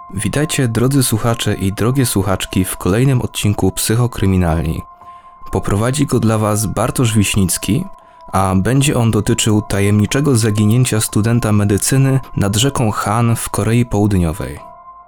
Witajcie drodzy słuchacze i drogie słuchaczki w kolejnym odcinku Psychokryminalni. Poprowadzi go dla Was Bartosz Wiśnicki, a będzie on dotyczył tajemniczego zaginięcia studenta medycyny nad rzeką Han w Korei Południowej.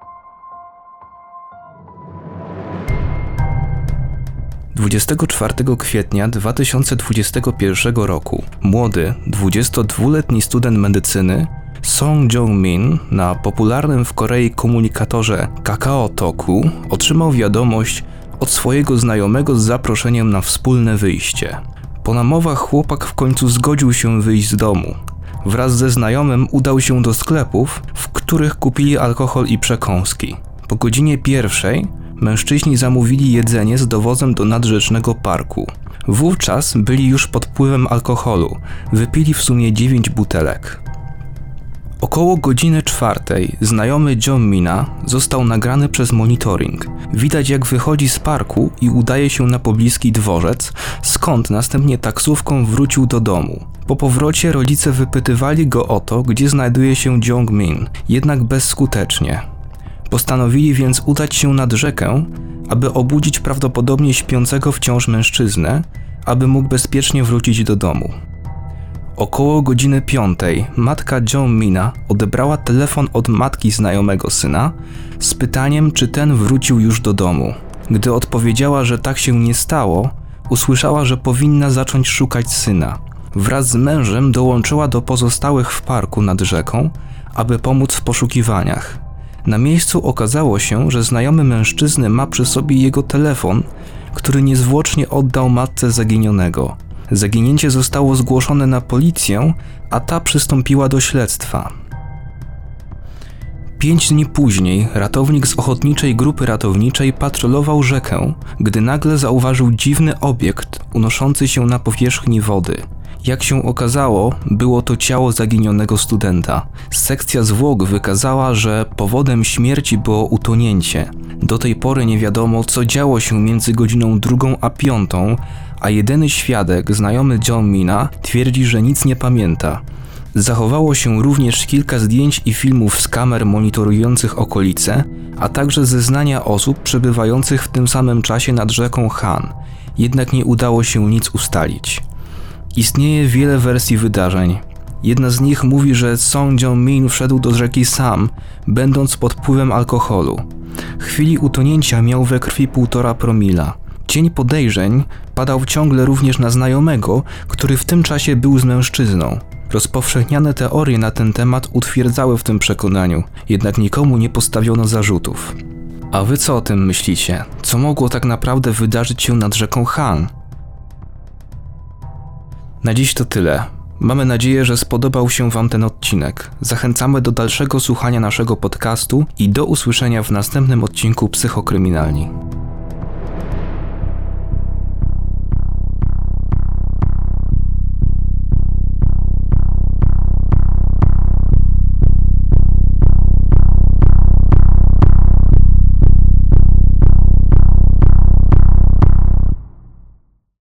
Dwudziestego 24 kwietnia 2021 roku młody, 22-letni student medycyny Song Jong-min na popularnym w Korei komunikatorze Kakao Talku otrzymał wiadomość od swojego znajomego z zaproszeniem na wspólne wyjście. Po namowach chłopak w końcu zgodził się wyjść z domu. Wraz ze znajomym udał się do sklepów, w których kupili alkohol i przekąski. Po godzinie 1:00 mężczyźni zamówili jedzenie z dowozem do nadrzecznego parku. Wówczas byli już pod wpływem alkoholu, wypili w sumie 9 butelek. Około godziny 4:00 znajomy Jong-mina został nagrany przez monitoring. Widać, jak wychodzi z parku i udaje się na pobliski dworzec, skąd następnie taksówką wrócił do domu. Po powrocie rodzice wypytywali go o to, gdzie znajduje się Jong-min, jednak bezskutecznie. Postanowili więc udać się nad rzekę, aby obudzić prawdopodobnie śpiącego wciąż mężczyznę, aby mógł bezpiecznie wrócić do domu. Około godziny 5:00 matka Jong-mina odebrała telefon od matki znajomego syna z pytaniem, czy ten wrócił już do domu. Gdy odpowiedziała, że tak się nie stało, usłyszała, że powinna zacząć szukać syna. Wraz z mężem dołączyła do pozostałych w parku nad rzeką, aby pomóc w poszukiwaniach. Na miejscu okazało się, że znajomy mężczyzny ma przy sobie jego telefon, który niezwłocznie oddał matce zaginionego. Zaginięcie zostało zgłoszone na policję, a ta przystąpiła do śledztwa. 5 dni później ratownik z Ochotniczej Grupy Ratowniczej patrolował rzekę, gdy nagle zauważył dziwny obiekt unoszący się na powierzchni wody. Jak się okazało, było to ciało zaginionego studenta. Sekcja zwłok wykazała, że powodem śmierci było utonięcie. Do tej pory nie wiadomo, co działo się między godziną 2 a 5, a jedyny świadek, znajomy Jong-mina, twierdzi, że nic nie pamięta. Zachowało się również kilka zdjęć i filmów z kamer monitorujących okolice, a także zeznania osób przebywających w tym samym czasie nad rzeką Han. Jednak nie udało się nic ustalić. Istnieje wiele wersji wydarzeń. Jedna z nich mówi, że Song Jong-min wszedł do rzeki sam, będąc pod wpływem alkoholu. W chwili utonięcia miał we krwi 1,5 promila. Cień podejrzeń padał ciągle również na znajomego, który w tym czasie był z mężczyzną. Rozpowszechniane teorie na ten temat utwierdzały w tym przekonaniu, jednak nikomu nie postawiono zarzutów. A wy co o tym myślicie? Co mogło tak naprawdę wydarzyć się nad rzeką Han? Na dziś to tyle. Mamy nadzieję, że spodobał się Wam ten odcinek. Zachęcamy do dalszego słuchania naszego podcastu i do usłyszenia w następnym odcinku Psychokryminalni.